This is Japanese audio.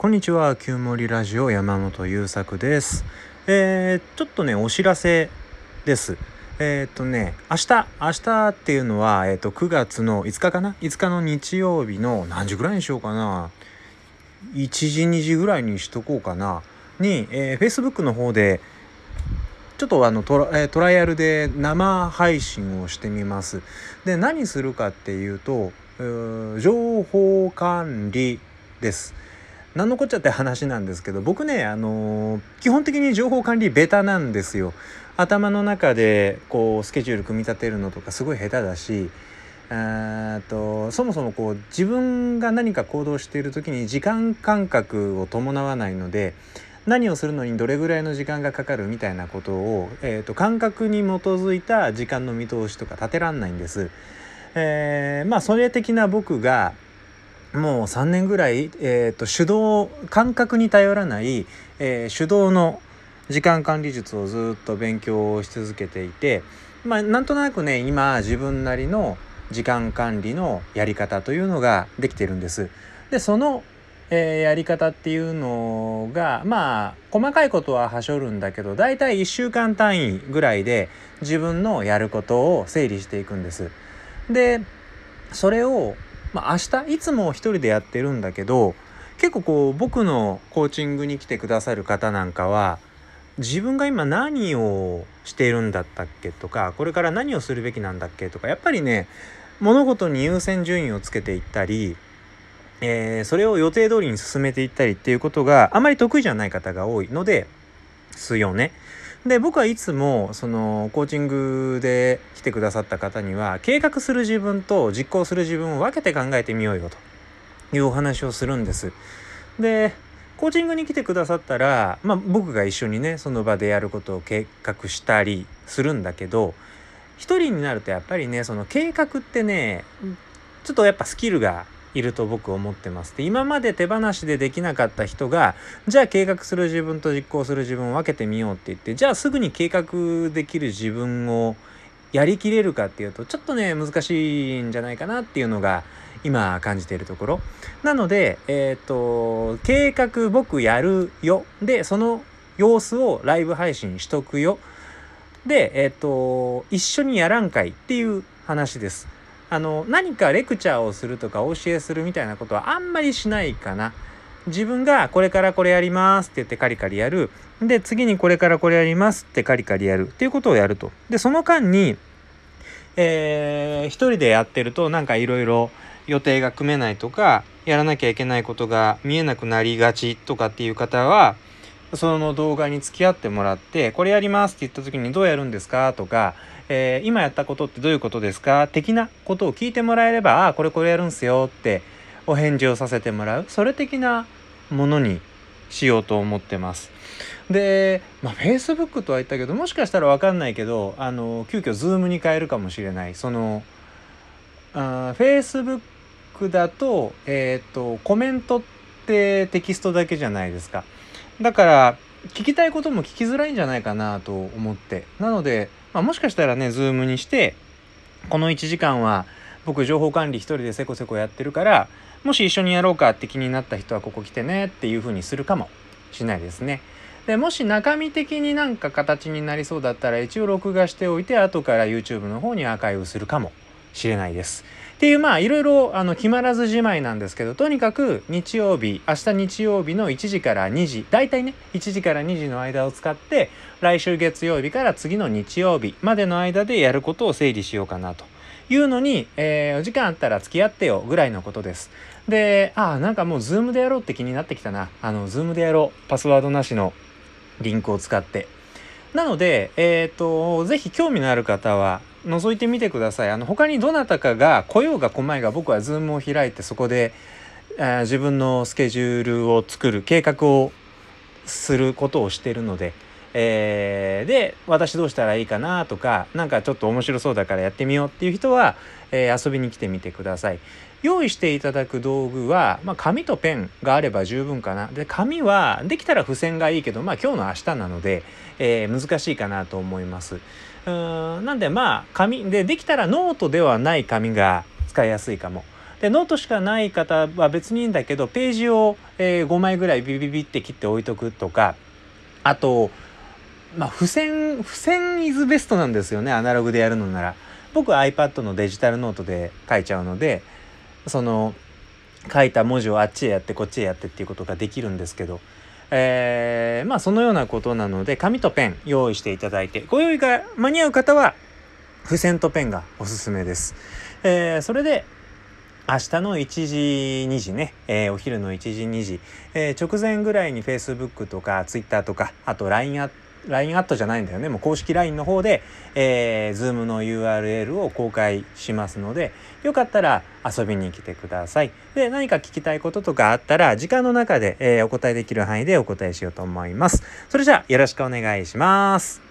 こんにちは、旧森ラジオ山本優作です。ちょっとねお知らせです。明日っていうのは9月の5日かな、5日の日曜日の何時ぐらいにしようかな、1時2時ぐらいにしとこうかなに、Facebook の方でちょっとトライアルで生配信をしてみます。で、何するかっていうと、情報管理です。何のこっちゃって話なんですけど、僕ね、基本的に情報管理ベタなんですよ。頭の中でこうスケジュール組み立てるのとかすごい下手だし、そもそもこう自分が何か行動している時に時間感覚を伴わないので、何をするのにどれぐらいの時間がかかるみたいなことを、感覚に基づいた時間の見通しとか立てらんないんです。それ的な僕がもう3年ぐらい、手動感覚に頼らない、手動の時間管理術をずっと勉強し続けていて、なんとなくね今自分なりの時間管理のやり方というのができてるんです。でその、やり方っていうのが細かいことははしょるんだけど、だいたい1週間単位ぐらいで自分のやることを整理していくんです。でそれを明日いつも一人でやってるんだけど、結構こう僕のコーチングに来てくださる方なんかは、自分が今何をしているんだったっけとか、これから何をするべきなんだっけとか、やっぱりね物事に優先順位をつけていったり、それを予定通りに進めていったりっていうことがあまり得意じゃない方が多いのですよね。で僕はいつもそのコーチングで来てくださった方には、計画する自分と実行する自分を分けて考えてみようよというお話をするんです。でコーチングに来てくださったら、僕が一緒にねその場でやることを計画したりするんだけど、一人になるとやっぱりねその計画ってねちょっとやっぱスキルがいると僕思ってます。で今まで手放しでできなかった人が、じゃあ計画する自分と実行する自分を分けてみようって言って、じゃあすぐに計画できる自分をやりきれるかっていうと、ちょっとね難しいんじゃないかなっていうのが今感じているところなので、計画僕やるよ、でその様子をライブ配信しとくよ、で一緒にやらんかいっていう話です。何かレクチャーをするとかお教えするみたいなことはあんまりしないかな。自分がこれからこれやりますって言ってカリカリやる。で次にこれからこれやりますってカリカリやるっていうことをやると。でその間に、一人でやってるとなんかいろいろ予定が組めないとか、やらなきゃいけないことが見えなくなりがちとかっていう方は、その動画に付き合ってもらって、これやりますって言った時にどうやるんですかとか、今やったことってどういうことですか的なことを聞いてもらえれば、これやるんすよってお返事をさせてもらう、それ的なものにしようと思ってます。でFacebook とは言ったけど、もしかしたら分かんないけど急遽 Zoom に変えるかもしれない。Facebook だとコメントってテキストだけじゃないですか。だから聞きたいことも聞きづらいんじゃないかなと思って、なので、もしかしたらね Zoom にして、この1時間は僕情報管理一人でせこせこやってるから、もし一緒にやろうかって気になった人はここ来てねっていう風にするかもしれないですね。でもし中身的になんか形になりそうだったら、一応録画しておいて後から YouTube の方にアーカイブするかもしれないです。っていういろいろ決まらずじまいなんですけど、とにかく明日日曜日の1時から2時、だいたいね1時から2時の間を使って、来週月曜日から次の日曜日までの間でやることを整理しようかなというのに、お時間あったら付き合ってよぐらいのことです。でなんかもう Zoom でやろうって気になってきたな。Zoom でやろう、パスワードなしのリンクを使って。なのでぜひ興味のある方は覗いてみてください。他にどなたかが来ようが来まいが、僕は Zoom を開いてそこで自分のスケジュールを作る計画をすることをしているので、で私どうしたらいいかなとか、なんかちょっと面白そうだからやってみようっていう人は、遊びに来てみてください。用意していただく道具は、紙とペンがあれば十分かな。で紙はできたら付箋がいいけど、今日の明日なので、難しいかなと思います。なんで紙でできたらノートではない紙が使いやすいかも。 でノートしかない方は別にいいんだけど、ページを、5枚ぐらいビビビって切って置いとくとか、あと付箋イズベストなんですよね、アナログでやるのなら。僕は iPad のデジタルノートで書いちゃうので、その書いた文字をあっちへやってこっちへやってっていうことができるんですけど、そのようなことなので、紙とペン用意していただいて、ご用意が間に合う方は付箋とペンがおすすめです。それで明日の1時2時ね、お昼の1時2時、直前ぐらいに Facebook とか Twitter とか、あと LINE アットじゃないんだよね、もう公式 LINE の方で、Zoom の URL を公開しますので、よかったら遊びに来てください。で、何か聞きたいこととかあったら、時間の中で、お答えできる範囲でお答えしようと思います。それじゃあよろしくお願いします。